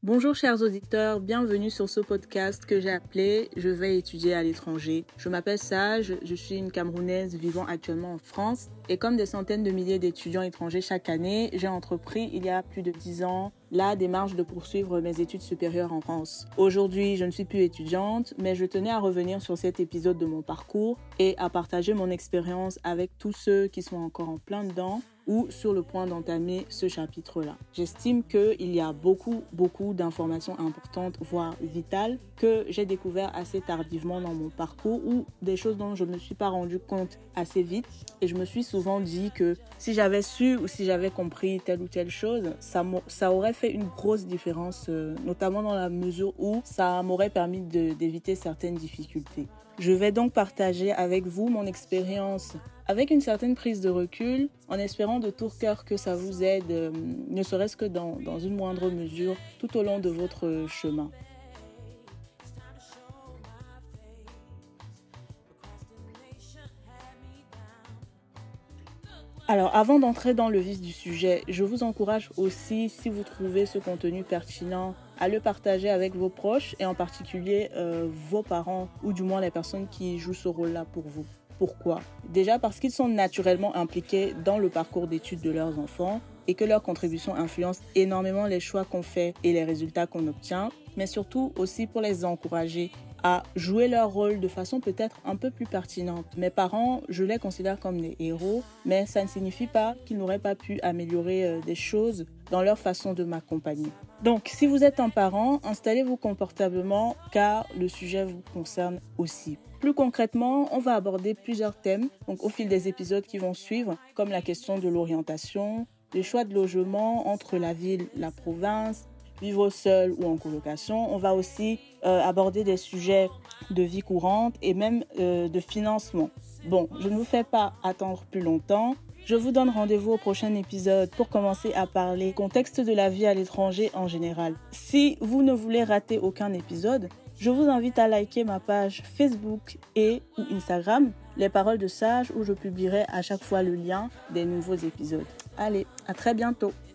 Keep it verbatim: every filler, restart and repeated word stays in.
Bonjour chers auditeurs, bienvenue sur ce podcast que j'ai appelé « Je vais étudier à l'étranger ». Je m'appelle Sage, je suis une Camerounaise vivant actuellement en France et comme des centaines de milliers d'étudiants étrangers chaque année, j'ai entrepris il y a plus de dix ans la démarche de poursuivre mes études supérieures en France. Aujourd'hui, je ne suis plus étudiante, mais je tenais à revenir sur cet épisode de mon parcours et à partager mon expérience avec tous ceux qui sont encore en plein dedans ou sur le point d'entamer ce chapitre-là. J'estime qu'il y a beaucoup, beaucoup d'informations importantes, voire vitales, que j'ai découvert assez tardivement dans mon parcours ou des choses dont je ne me suis pas rendu compte assez vite. Et je me suis souvent dit que si j'avais su ou si j'avais compris telle ou telle chose, ça, ça aurait fait une grosse différence, euh, notamment dans la mesure où ça m'aurait permis de, d'éviter certaines difficultés. Je vais donc partager avec vous mon expérience avec une certaine prise de recul, en espérant de tout cœur que ça vous aide, euh, ne serait-ce que dans, dans une moindre mesure, tout au long de votre chemin. Alors, avant d'entrer dans le vif du sujet, je vous encourage aussi, si vous trouvez ce contenu pertinent, à le partager avec vos proches et en particulier euh, vos parents ou du moins les personnes qui jouent ce rôle-là pour vous. Pourquoi ? Déjà parce qu'ils sont naturellement impliqués dans le parcours d'études de leurs enfants et que leur contribution influence énormément les choix qu'on fait et les résultats qu'on obtient, mais surtout aussi pour les encourager à jouer leur rôle de façon peut-être un peu plus pertinente. Mes parents, je les considère comme des héros, mais ça ne signifie pas qu'ils n'auraient pas pu améliorer des choses dans leur façon de m'accompagner. Donc, si vous êtes un parent, installez-vous confortablement car le sujet vous concerne aussi. Plus concrètement, on va aborder plusieurs thèmes donc au fil des épisodes qui vont suivre, comme la question de l'orientation, les choix de logement entre la ville, la province, vivre seul ou en colocation. On va aussi euh, aborder des sujets de vie courante et même euh, de financement. Bon, je ne vous fais pas attendre plus longtemps. Je vous donne rendez-vous au prochain épisode pour commencer à parler contexte de la vie à l'étranger en général. Si vous ne voulez rater aucun épisode, je vous invite à liker ma page Facebook et ou Instagram, Les Paroles de Sage, où je publierai à chaque fois le lien des nouveaux épisodes. Allez, à très bientôt!